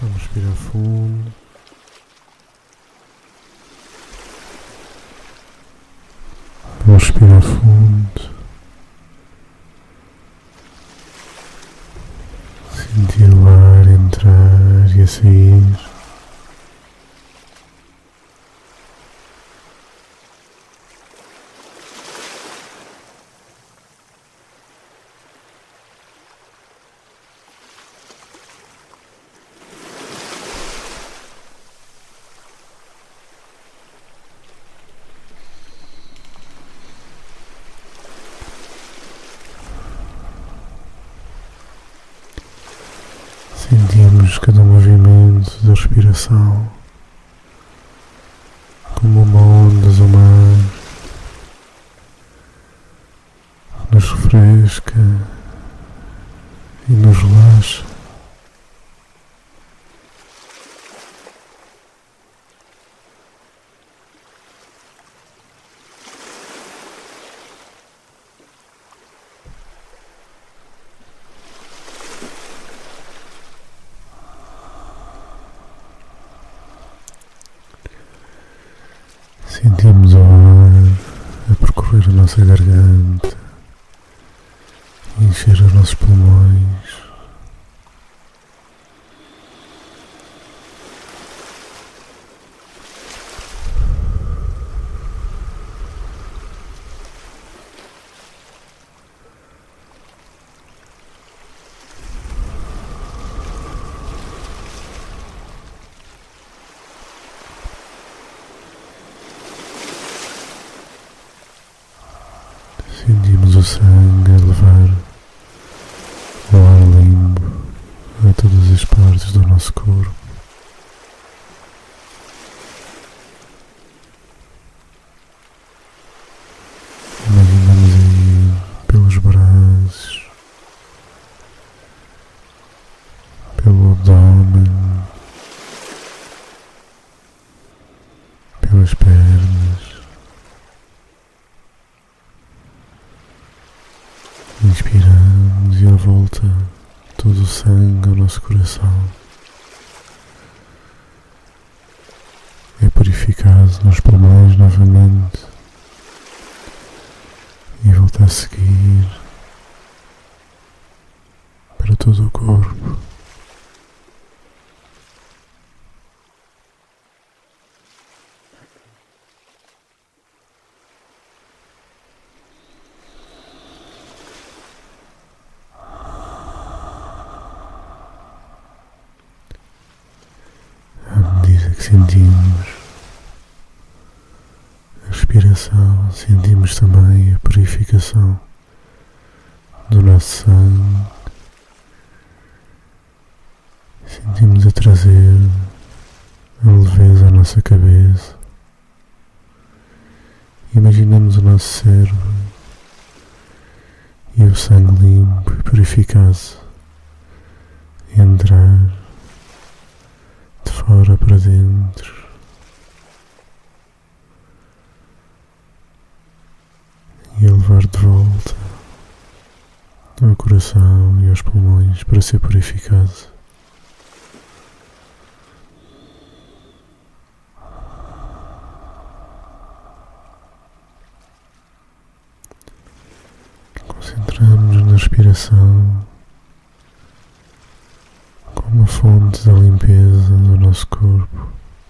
Vamos respirar fundo. Vamos respirar fundo. Sentir o ar entrar e a sair. Sentimos cada movimento da respiração como uma onda do mar que nos refresca e nos relaxa. Sentimos o ar a percorrer a nossa garganta e encher os nossos pulmões. Sentimos o sangue a levar o ar limpo a todas as partes do nosso corpo. Imaginamos aí pelos braços, pelo abdômen, pelas pernas. Inspiramos e à volta todo o sangue ao nosso coração é purificado nos pulmões novamente e volta a seguir para todo o corpo. Que sentimos a respiração, sentimos também a purificação do nosso sangue, sentimos a trazer a leveza à nossa cabeça, imaginamos o nosso cérebro e o sangue limpo e purificado entrar fora para dentro e a levar de volta ao coração e aos pulmões para ser purificado. Concentramos na respiração uma fonte da limpeza do nosso corpo.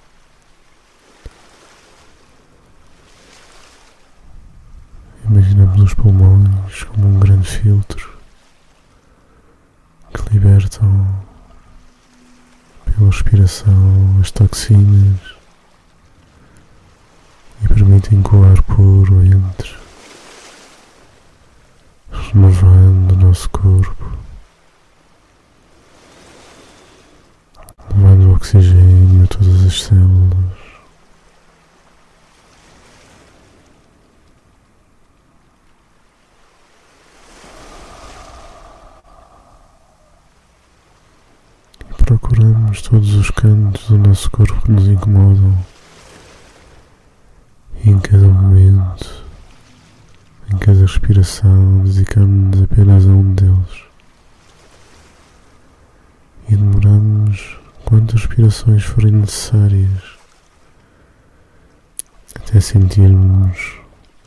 Imaginamos os pulmões como um grande filtro que libertam pela respiração as toxinas e permitem que o ar puro entre, renovando o nosso corpo, levando o oxigênio a todas as células. E procuramos todos os cantos do nosso corpo que nos incomodam. E em cada momento, em cada respiração, dedicamos-nos apenas a um deles. E demoramos quantas respirações forem necessárias até sentirmos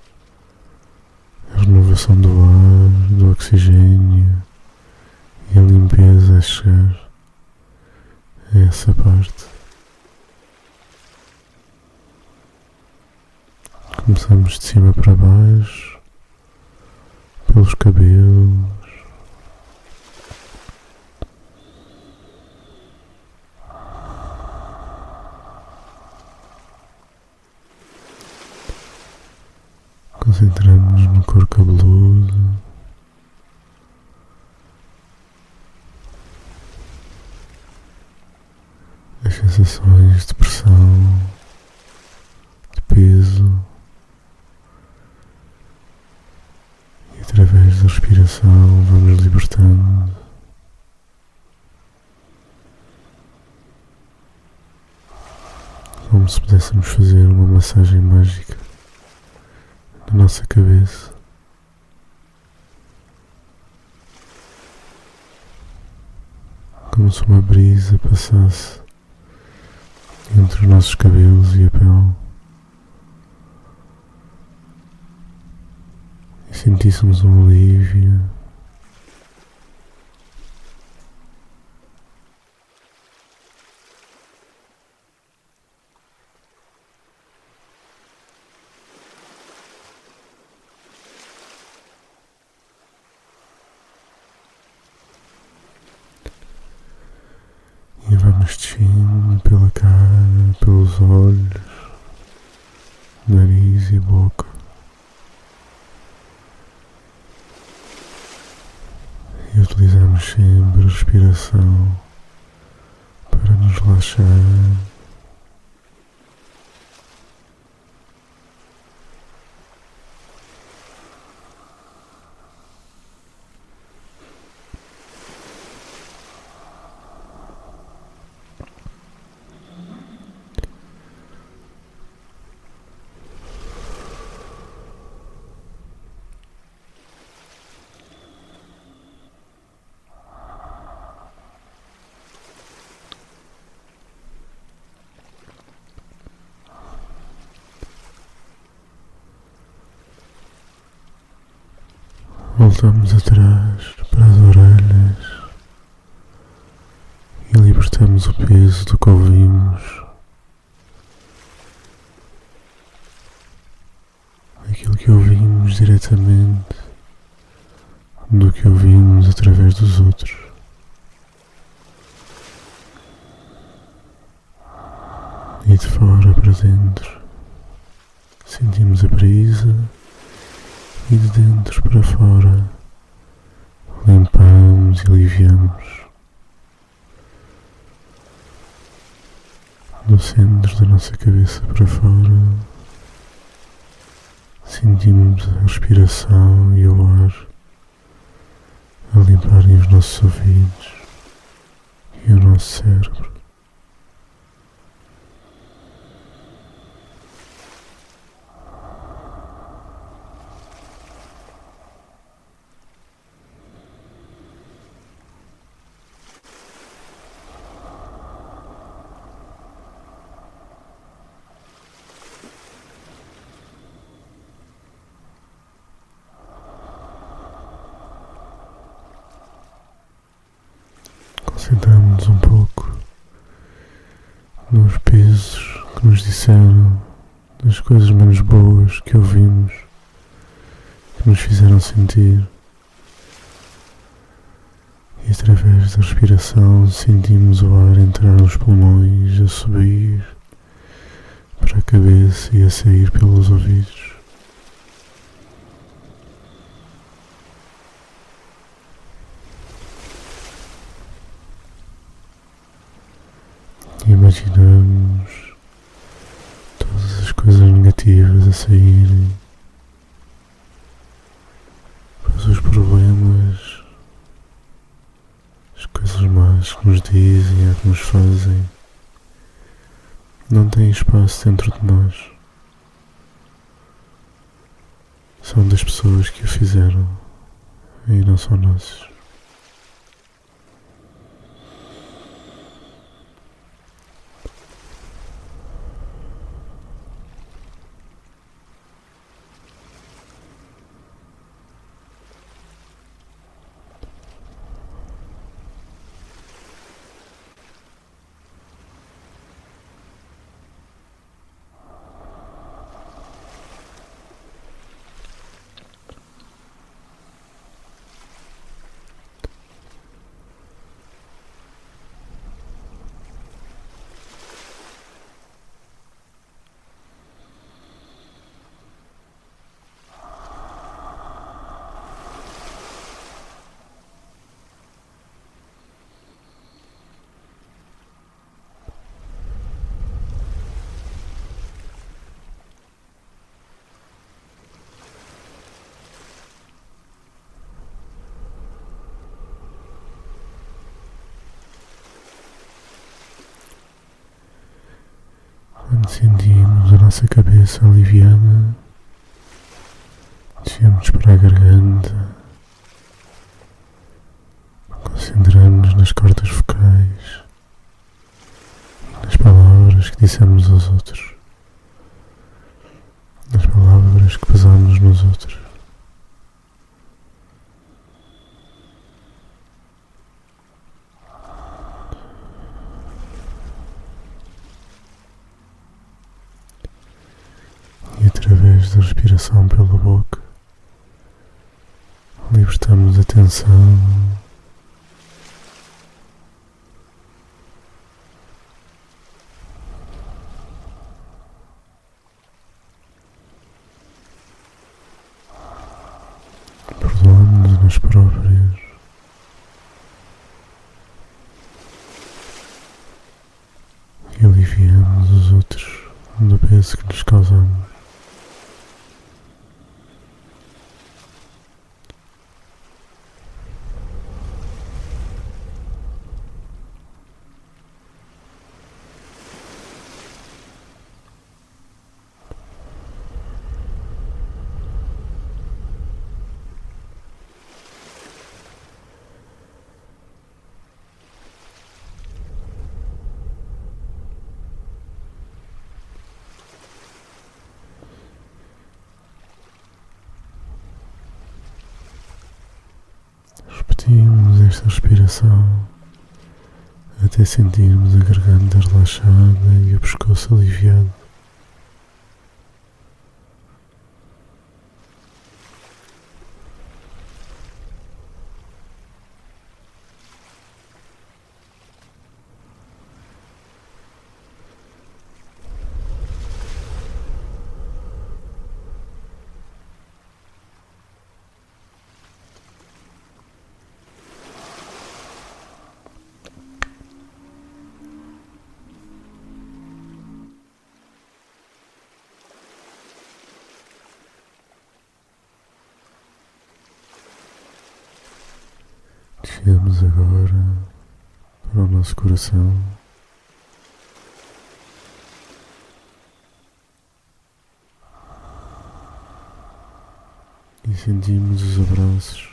a renovação do ar, do oxigênio e a limpeza a chegar a essa parte. Começamos de cima para baixo, pelos cabelos, concentramos-nos no couro cabeludo, as sensações de pressão, de peso, e através da respiração vamos libertando. Como se pudéssemos fazer uma massagem mágica na nossa cabeça. Como se uma brisa passasse entre os nossos cabelos e a pele e sentíssemos um alívio. E vamos descendo pela cara, pelos olhos, nariz e boca. E utilizamos sempre a respiração para nos relaxar. Voltamos atrás para as orelhas e libertamos o peso do que ouvimos, aquilo que ouvimos diretamente do que ouvimos através dos outros. E de fora para dentro sentimos a brisa. E de dentro para fora limpamos e aliviamos. Do centro da nossa cabeça para fora sentimos a respiração e o ar a limparem os nossos ouvidos e o nosso cérebro. Concentramos-nos um pouco nos pesos que nos disseram, nas coisas menos boas que ouvimos, que nos fizeram sentir. E através da respiração sentimos o ar entrar nos pulmões, a subir para a cabeça e a sair pelos ouvidos. Imaginamos todas as coisas negativas a saírem, todos os problemas, as coisas más que nos dizem ou que nos fazem, não têm espaço dentro de nós. São das pessoas que o fizeram e não são nossos. Sentimos a nossa cabeça aliviada, descemos para a garganta, concentramos-nos nas cordas vocais e nas palavras que dissemos aos outros, nas palavras que pesamos nos outros. E através da respiração pela boca, libertamos a tensão, perdoamos-nos nós próprios e aliviamos os outros do peso que lhes causamos. Repetimos esta respiração até sentirmos a garganta relaxada e o pescoço aliviado. Descemos agora para o nosso coração e sentimos os abraços,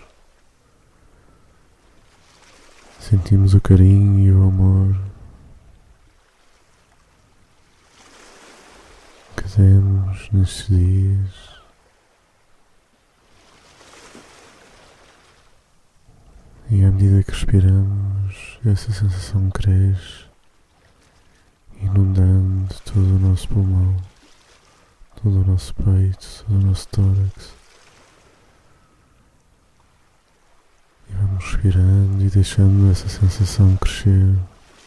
sentimos o carinho e o amor que temos nestes dias. E à medida que respiramos, essa sensação cresce, inundando todo o nosso pulmão, todo o nosso peito, todo o nosso tórax. E vamos respirando e deixando essa sensação crescer.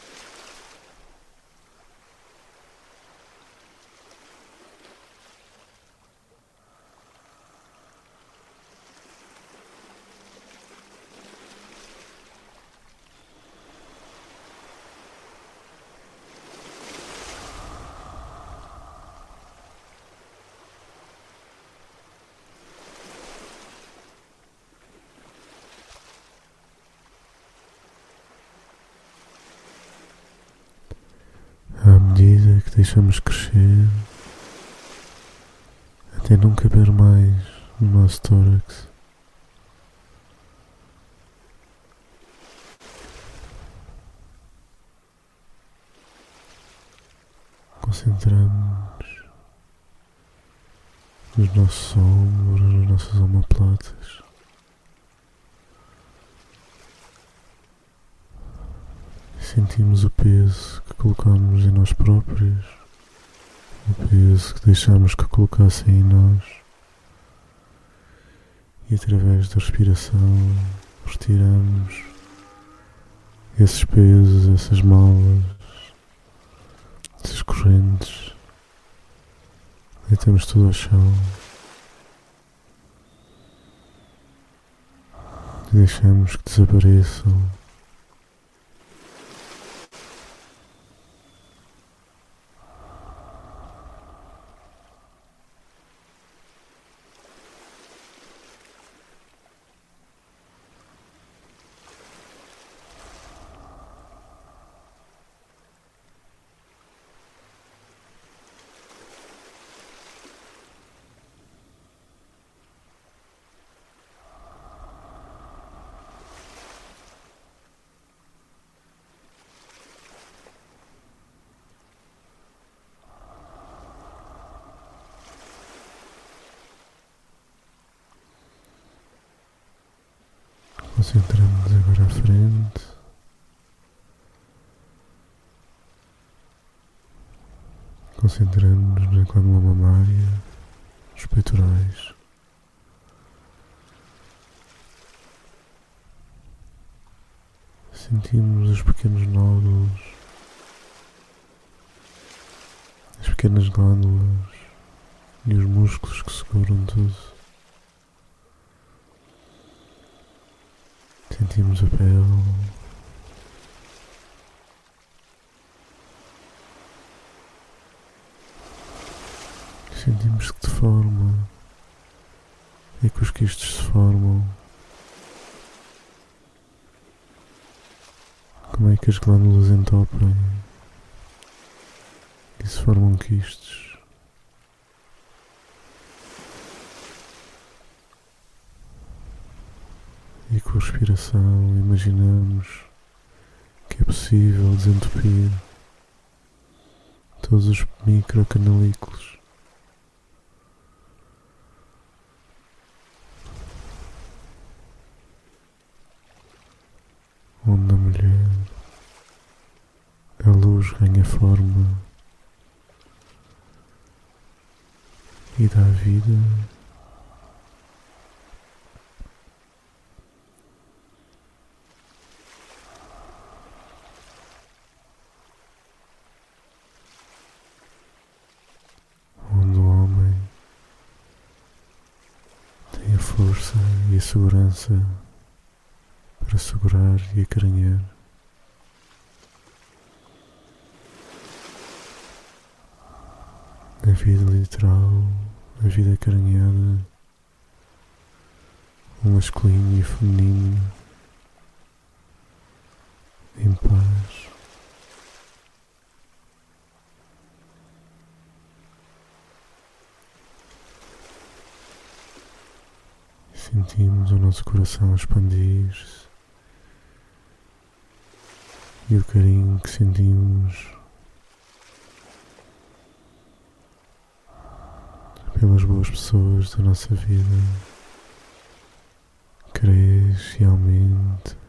À medida que deixamos crescer, até não caber mais no nosso tórax. Concentramos nos nossos ombros, nas nossas omoplatas. Sentimos o peso que colocamos em nós próprios, o peso que deixamos que colocassem em nós, e através da respiração retiramos esses pesos, essas malas, essas correntes, deitamos tudo ao chão e deixamos que desapareçam. Concentramos-nos agora à frente. Concentramos-nos na glândula mamária, nos peitorais. Sentimos os pequenos nódulos, as pequenas glândulas e os músculos que seguram tudo. Sentimos a pele. Sentimos que de forma é que os quistos se formam. Como é que as glândulas entopem e se formam quistes. E com a respiração imaginamos que é possível desentupir todos os microcanalículos. Onde na mulher a luz ganha forma e dá vida. Onde o homem tem a força e a segurança para segurar e acarinhar. A vida literal, a vida acarinhada, o masculino e o feminino em paz. Sentimos o nosso coração expandir-se e o carinho que sentimos pelas boas pessoas da nossa vida cresce e aumenta.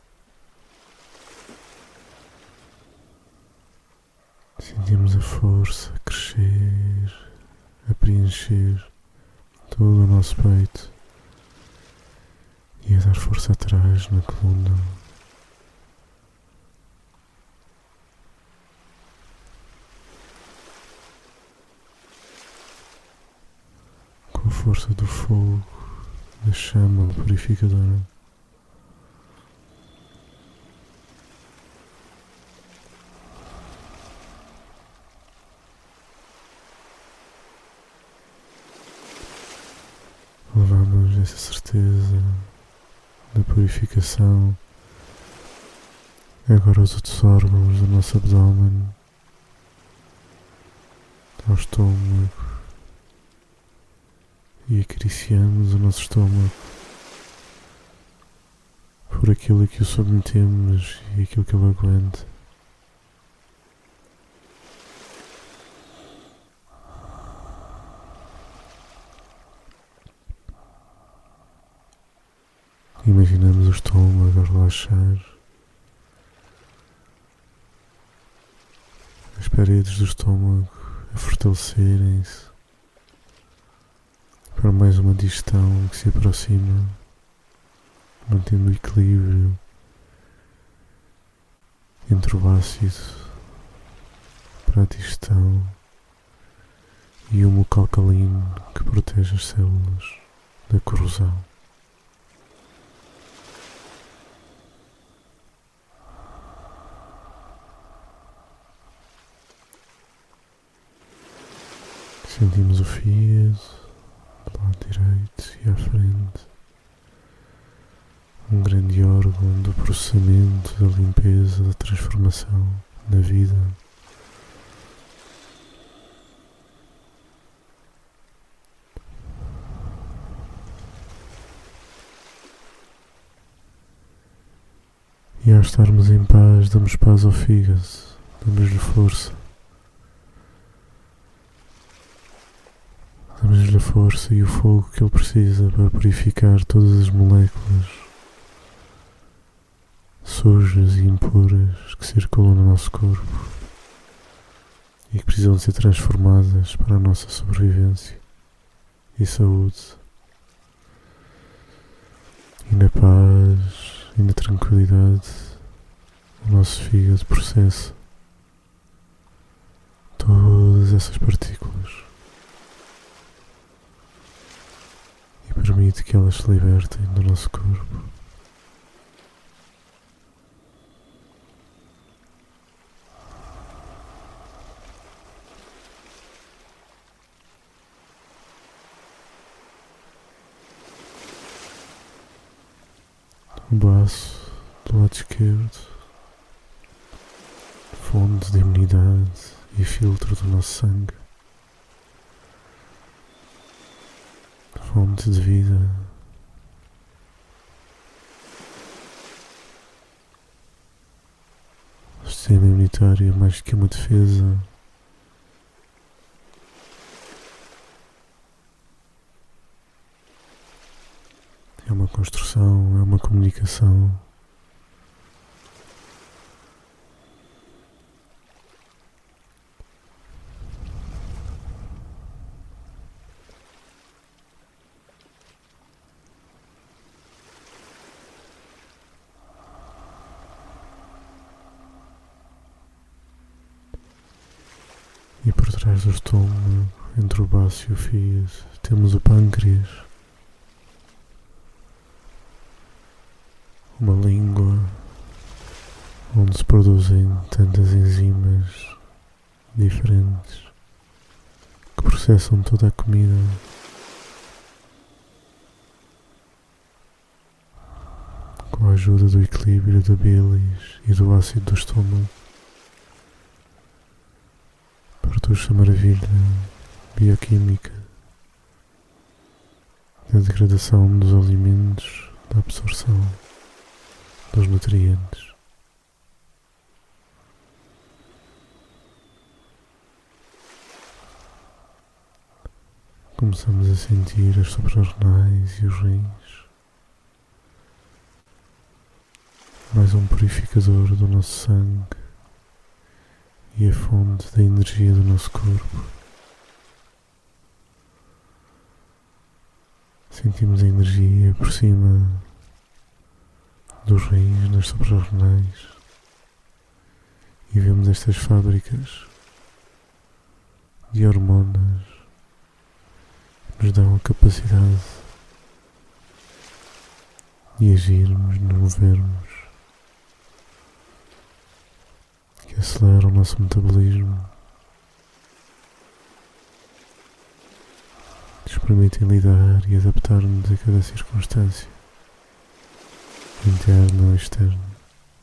Sentimos a força a crescer, a preencher todo o nosso peito e a dar força atrás na coluna. Com a força do fogo, da chama purificadora. Levamos essa certeza da purificação agora aos outros órgãos do nosso abdômen, ao estômago, e acariciamos o nosso estômago por aquilo a que o submetemos e aquilo que ele aguenta. Imaginamos o estômago a relaxar, as paredes do estômago a fortalecerem-se para mais uma digestão que se aproxima, mantendo o equilíbrio entre o ácido para a digestão e o muco alcalino que protege as células da corrosão. Sentimos o fígado do lado direito e à frente, um grande órgão do processamento, da limpeza, da transformação da vida. E ao estarmos em paz, damos paz ao fígado, damos-lhe força. Damos-lhe a força e o fogo que ele precisa para purificar todas as moléculas sujas e impuras que circulam no nosso corpo e que precisam de ser transformadas para a nossa sobrevivência e saúde. E na paz e na tranquilidade o nosso fígado processa todas essas partículas e permite que elas se libertem do nosso corpo. O baço do lado esquerdo, fonte de imunidade e filtro do nosso sangue, fonte de vida. O sistema imunitário é mais que uma defesa. É uma construção, é uma comunicação. E por trás do estômago, entre o baço e o fígado, temos o pâncreas. Uma língua onde se produzem tantas enzimas diferentes que processam toda a comida. Com a ajuda do equilíbrio da bilis e do ácido do estômago, produz a maravilha bioquímica da degradação dos alimentos, da absorção dos nutrientes. Começamos a sentir as suprarrenais e os rins, mais um purificador do nosso sangue e a fonte da energia do nosso corpo. Sentimos a energia por cima dos rins, nas suprarrenais, e vemos estas fábricas de hormonas que nos dão a capacidade de agirmos, de nos movermos, que aceleram o nosso metabolismo, que nos permitem lidar e adaptar-nos a cada circunstância, interna ou externa.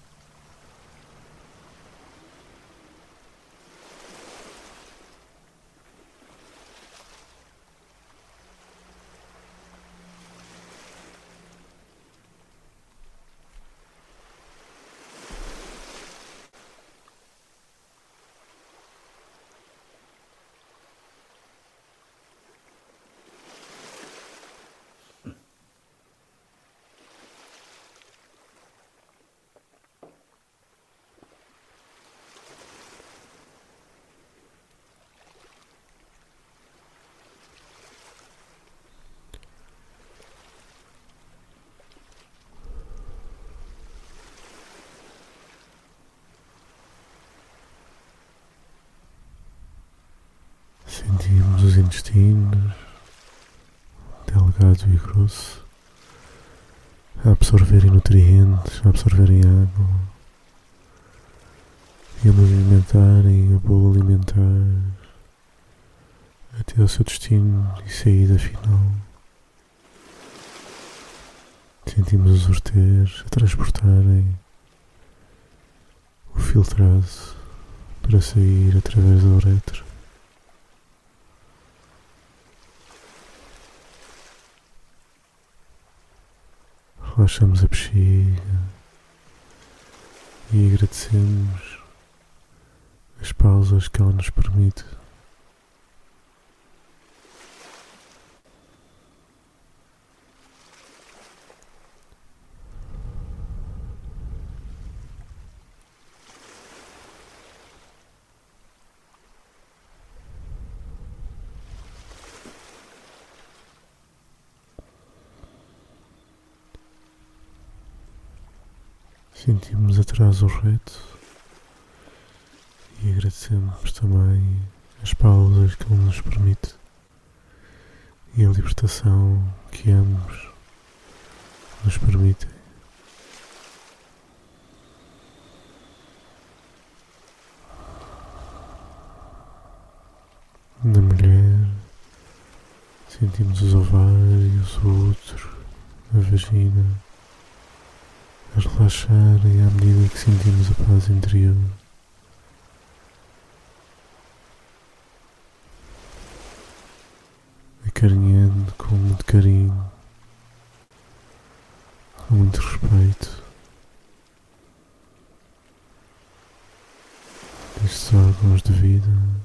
Sentimos os intestinos, delgado e grosso, a absorverem nutrientes, a absorverem água e a movimentarem o bolo alimentar até ao seu destino e saída final. Sentimos os urteiros a transportarem o filtrado para sair através da uretra. Relaxamos a bexiga e agradecemos as pausas que ela nos permite. sentimos atrás o reto e agradecemos também as pausas que ele nos permite e a libertação que ambos nos permitem. Na mulher, sentimos os ovários, o útero, a vagina a relaxarem à medida que sentimos a paz interior. Acarinhando com muito carinho, com muito respeito, estes órgãos de vida.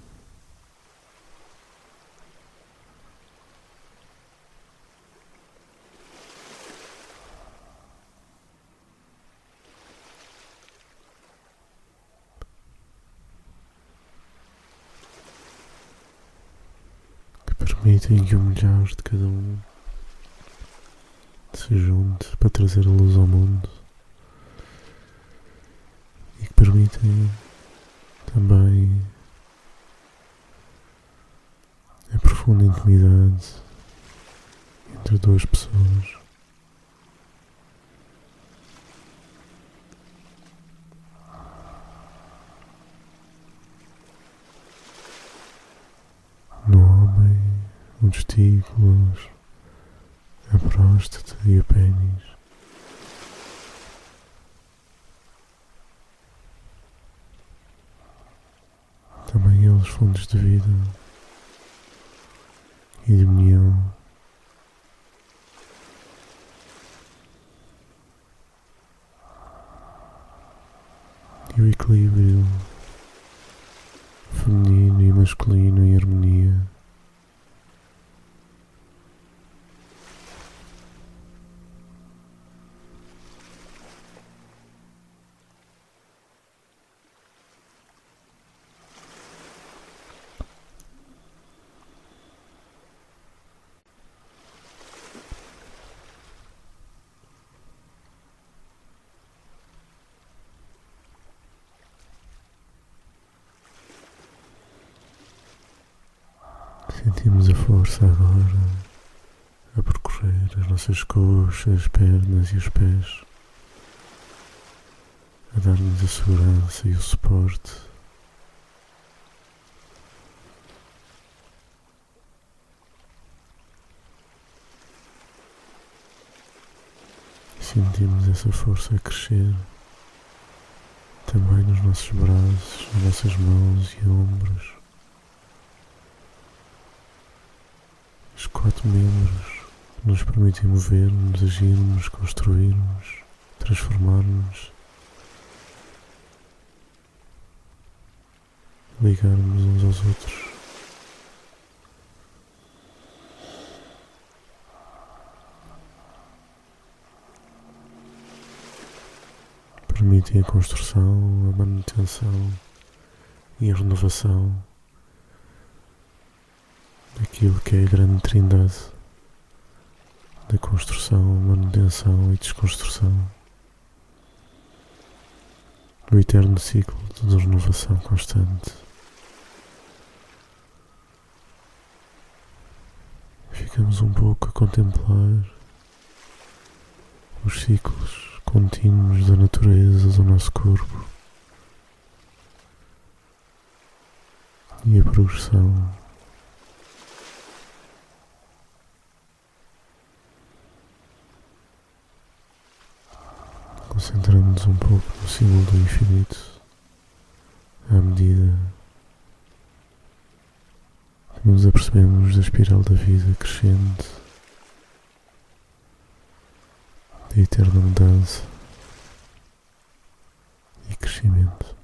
Que permitem que o melhor de cada um se junte para trazer a luz ao mundo e que permitem também a profunda intimidade entre duas pessoas. No homem, os testículos, a próstata e o pênis. Também eles fontes de vida e de união. E o equilíbrio feminino e masculino em harmonia. Sentimos a força agora a percorrer as nossas coxas, pernas e os pés, a dar-nos a segurança e o suporte. Sentimos essa força a crescer também nos nossos braços, nas nossas mãos e ombros. Os 4 membros que nos permitem mover-nos, agirmos, construirmos, transformarmos, ligarmos uns aos outros. Permitem a construção, a manutenção e a renovação daquilo que é a grande trindade da construção, manutenção e desconstrução, o eterno ciclo de renovação constante. Ficamos um pouco a contemplar os ciclos contínuos da natureza, do nosso corpo e a progressão. Concentrando-nos um pouco no símbolo do infinito, à medida que nos apercebemos da espiral da vida crescente, da eterna mudança e crescimento.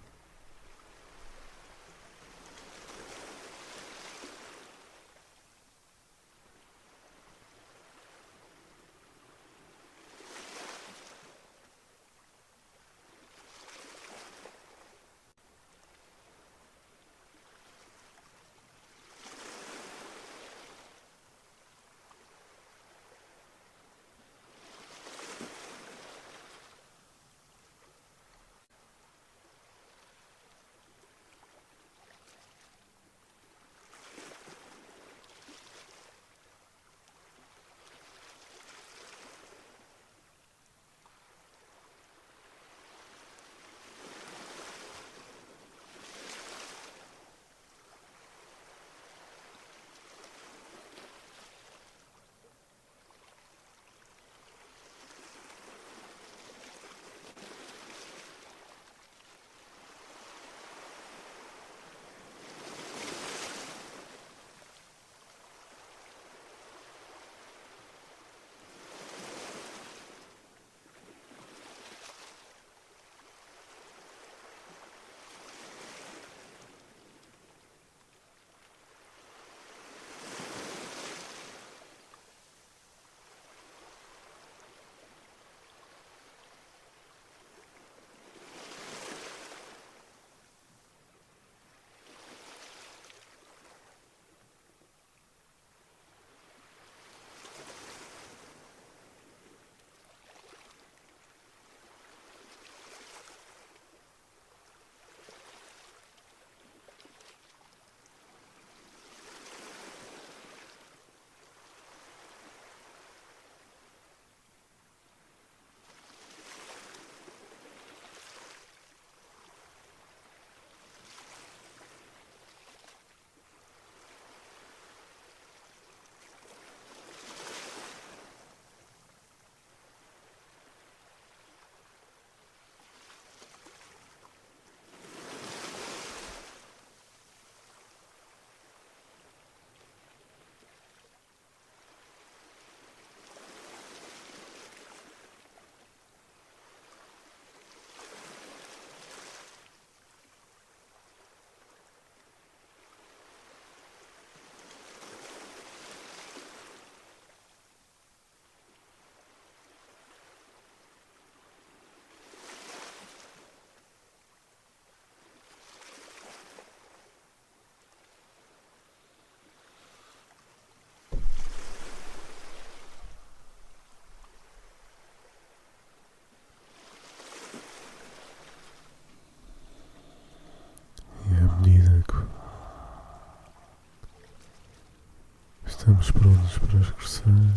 Estamos prontos para regressar.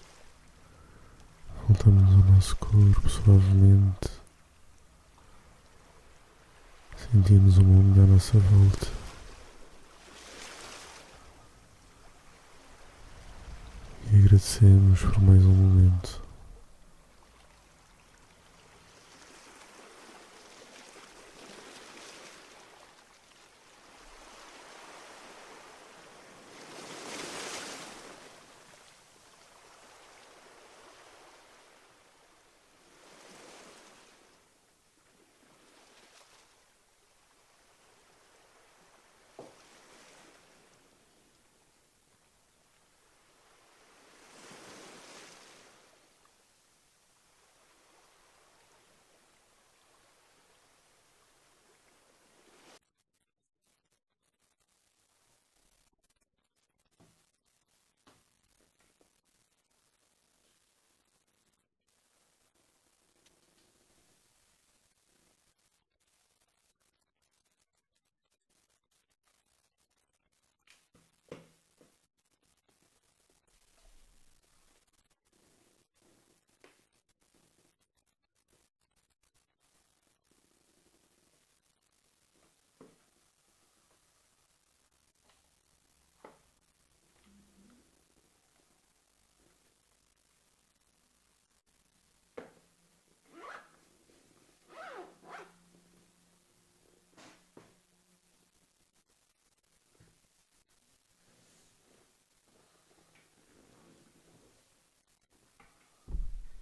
Voltamos ao nosso corpo suavemente. Sentimos o mundo à nossa volta. E agradecemos por mais um momento.